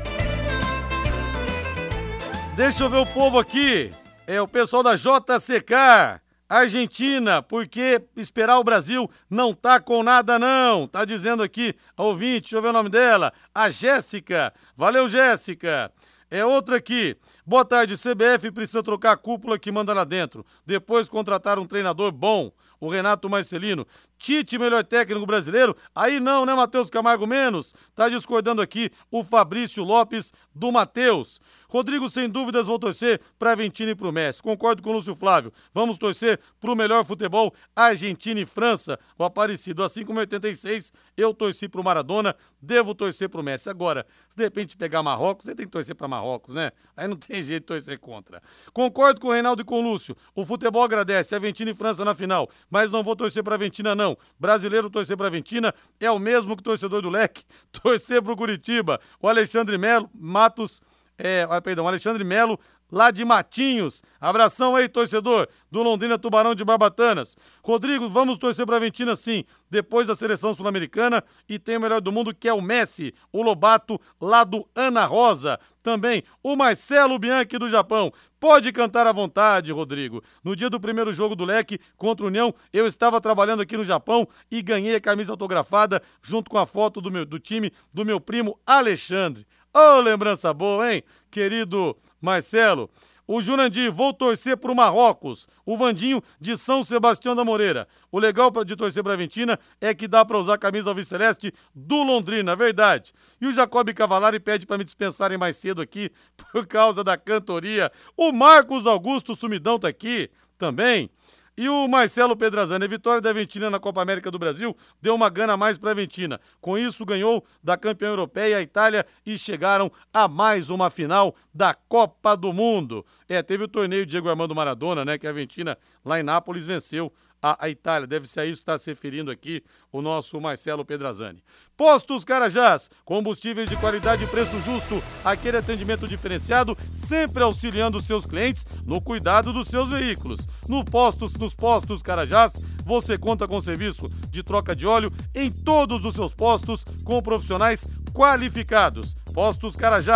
Deixa eu ver o povo aqui. É o pessoal da J C K, Argentina, porque esperar o Brasil não tá com nada não. Tá dizendo aqui a ouvinte, deixa eu ver o nome dela, a Jéssica. Valeu, Jéssica. É outra aqui. Boa tarde, C B F precisa trocar a cúpula que manda lá dentro. Depois contratar um treinador bom, o Renato Marcelino. Tite, melhor técnico brasileiro? Aí não, né, Matheus Camargo menos? Tá discordando aqui o Fabrício Lopes do Matheus. Rodrigo, sem dúvidas, vou torcer para a Argentina e para o Messi. Concordo com o Lúcio Flávio. Vamos torcer para o melhor futebol, Argentina e França. O Aparecido, assim como em oitenta e seis, eu torci para o Maradona, devo torcer para o Messi. Agora, se de repente pegar Marrocos, você tem que torcer para Marrocos, né? Aí não tem jeito de torcer contra. Concordo com o Reinaldo e com o Lúcio. O futebol agradece Argentina e França na final, mas não vou torcer para a Argentina, não. Brasileiro torcer para a Argentina é o mesmo que o torcedor do Leque torcer para o Curitiba. O Alexandre Melo, Matos... É, perdão, Alexandre Melo, lá de Matinhos. Abração aí, torcedor do Londrina Tubarão de Barbatanas. Rodrigo, vamos torcer para a Argentina sim, depois da seleção sul-americana, e tem o melhor do mundo que é o Messi, o Lobato, lá do Ana Rosa. Também o Marcelo Bianchi do Japão. Pode cantar à vontade, Rodrigo. No dia do primeiro jogo do Leque contra o União, eu estava trabalhando aqui no Japão e ganhei a camisa autografada junto com a foto do, meu, do time do meu primo Alexandre. Ô, oh, lembrança boa, hein, querido Marcelo. O Jurandir, vou torcer pro Marrocos. O Vandinho, de São Sebastião da Moreira. O legal de torcer pra Argentina é que dá pra usar a camisa alviceleste do Londrina, verdade. E o Jacob Cavalari pede pra me dispensarem mais cedo aqui por causa da cantoria. O Marcos Augusto Sumidão tá aqui também. E o Marcelo Pedrazani, a vitória da Argentina na Copa América do Brasil deu uma gana a mais para a Argentina. Com isso, ganhou da campeã europeia, a Itália, e chegaram a mais uma final da Copa do Mundo. É, teve o torneio Diego Armando Maradona, né, que a Argentina, lá em Nápoles, venceu a, a Itália. Deve ser a isso que está se referindo aqui o nosso Marcelo Pedrazani. Postos Carajás, combustíveis de qualidade e preço justo, aquele atendimento diferenciado, sempre auxiliando os seus clientes no cuidado dos seus veículos. No postos, nos Postos Carajás, você conta com serviço de troca de óleo em todos os seus postos com profissionais qualificados. Postos Carajás,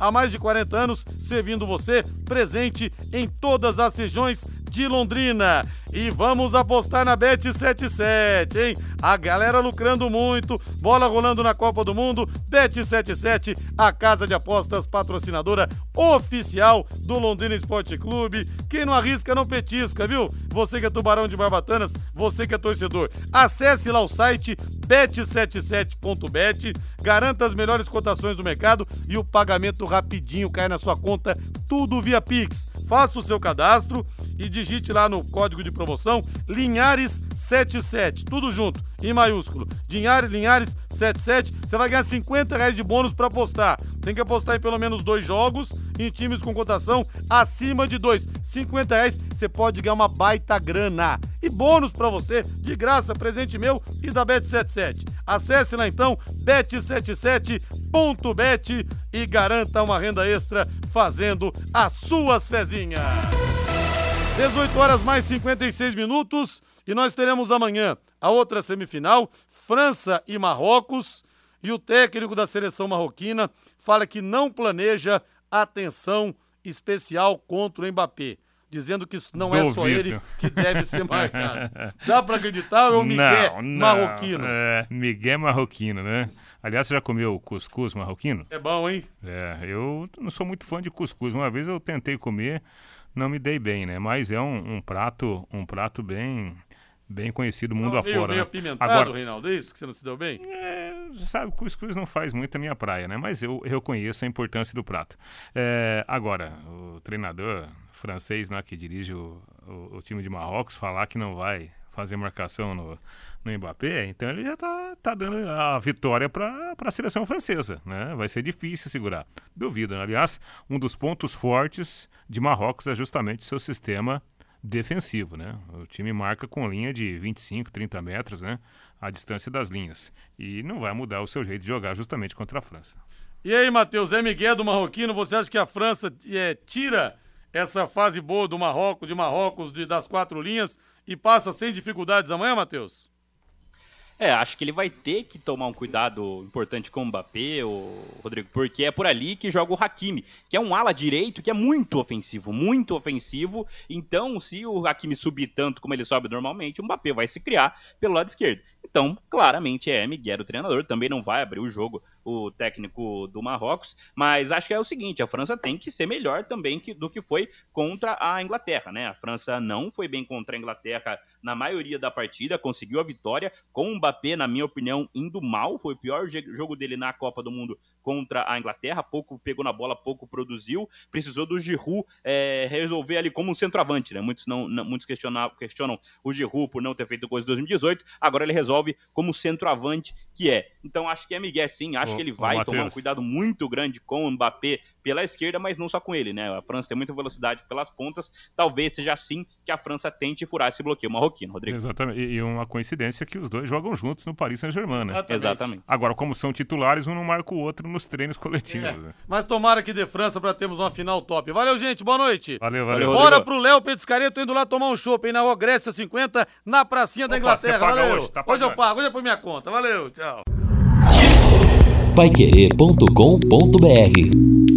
há mais de quarenta anos, servindo você, presente em todas as regiões de Londrina. E vamos apostar na Bet setenta e sete, hein? A galera lucrando muito, bola rolando na Copa do Mundo. Bet setenta e sete, a casa de apostas patrocinadora oficial do Londrina Esporte Clube. Quem não arrisca não petisca, viu? Você que é tubarão de Barbatanas, você que é torcedor, acesse lá o site bet setenta e sete ponto bet, garanta as melhores cotações do mercado e o pagamento rapidinho cai na sua conta, tudo via Pix. Faça o seu cadastro e digite lá no código de promoção Linhares setenta e sete, tudo junto, em maiúsculo. Linhares, Linhares setenta e sete, você vai ganhar cinquenta reais de bônus para apostar. Tem que apostar em pelo menos dois jogos, em times com cotação acima de dois. cinquenta reais, você pode ganhar uma baita grana. E bônus para você, de graça, presente meu e da Bet setenta e sete. Acesse lá então, bet setenta e sete ponto bet e garanta uma renda extra fazendo as suas fezinhas. dezoito horas mais cinquenta e seis minutos e nós teremos amanhã a outra semifinal, França e Marrocos, e o técnico da seleção marroquina fala que não planeja atenção especial contra o Mbappé, dizendo que não Duvido. é só ele que deve ser marcado. Dá pra acreditar ou é o Miguel não, não. marroquino? É, Miguel marroquino, né? Aliás, você já comeu cuscuz marroquino? É bom, hein? É, eu não sou muito fã de cuscuz. Uma vez eu tentei comer, não me dei bem, né? Mas é um, um prato, um prato bem, bem conhecido mundo não, afora. Meio, meio né? apimentado, Agora, Reinaldo, é isso que você não se deu bem? É, sabe, cuscuz não faz muito a minha praia, né? Mas eu, eu conheço a importância do prato. É, agora, o treinador francês, né, que dirige o, o, o time de Marrocos, falar que não vai fazer marcação no, no Mbappé, então ele já tá, tá dando a vitória para a seleção francesa, né? Vai ser difícil segurar. Duvido, né? Aliás, um dos pontos fortes de Marrocos é justamente seu sistema defensivo, né? O time marca com linha de vinte e cinco, trinta metros, né? A distância das linhas. E não vai mudar o seu jeito de jogar justamente contra a França. E aí, Matheus, é Miguel do Marroquino, você acha que a França é, tira essa fase boa do Marrocos, de Marrocos, de, das quatro linhas e passa sem dificuldades amanhã, Matheus? É, acho que ele vai ter que tomar um cuidado importante com o Mbappé, o Rodrigo, porque é por ali que joga o Hakimi, que é um ala direito que é muito ofensivo, muito ofensivo. Então, se o Hakimi subir tanto como ele sobe normalmente, o Mbappé vai se criar pelo lado esquerdo. Então, claramente é Miguel o treinador, também não vai abrir o jogo o técnico do Marrocos, mas acho que é o seguinte, a França tem que ser melhor também que, do que foi contra a Inglaterra, né? A França não foi bem contra a Inglaterra na maioria da partida, conseguiu a vitória, com o Mbappé, na minha opinião, indo mal, foi o pior jogo dele na Copa do Mundo contra a Inglaterra, pouco pegou na bola, pouco produziu, precisou do Giroud é, resolver ali como um centroavante, né? Muitos, não, não, muitos questionam, questionam o Giroud por não ter feito coisa em dois mil e dezoito, agora ele resolve como centroavante que é. Então acho que é Miguel sim, acho ô, que ele vai ô, tomar um cuidado muito grande com o Mbappé pela esquerda, mas não só com ele, né? A França tem muita velocidade pelas pontas, talvez seja assim que a França tente furar esse bloqueio marroquino, Rodrigo. Exatamente, e uma coincidência que os dois jogam juntos no Paris Saint-Germain, né? Exatamente. Exatamente. Agora, como são titulares, um não marca o outro nos treinos coletivos. É. Né? Mas tomara que dê França pra termos uma final top. Valeu, gente, boa noite. Valeu, valeu. Bora pro Léo Petiscaria, tô indo lá tomar um chopp, hein, na Rua Grécia cinquenta, na pracinha da Inglaterra. Valeu. Hoje, tá hoje eu pago, hoje é por minha conta. Valeu, tchau. paiquerê ponto com ponto br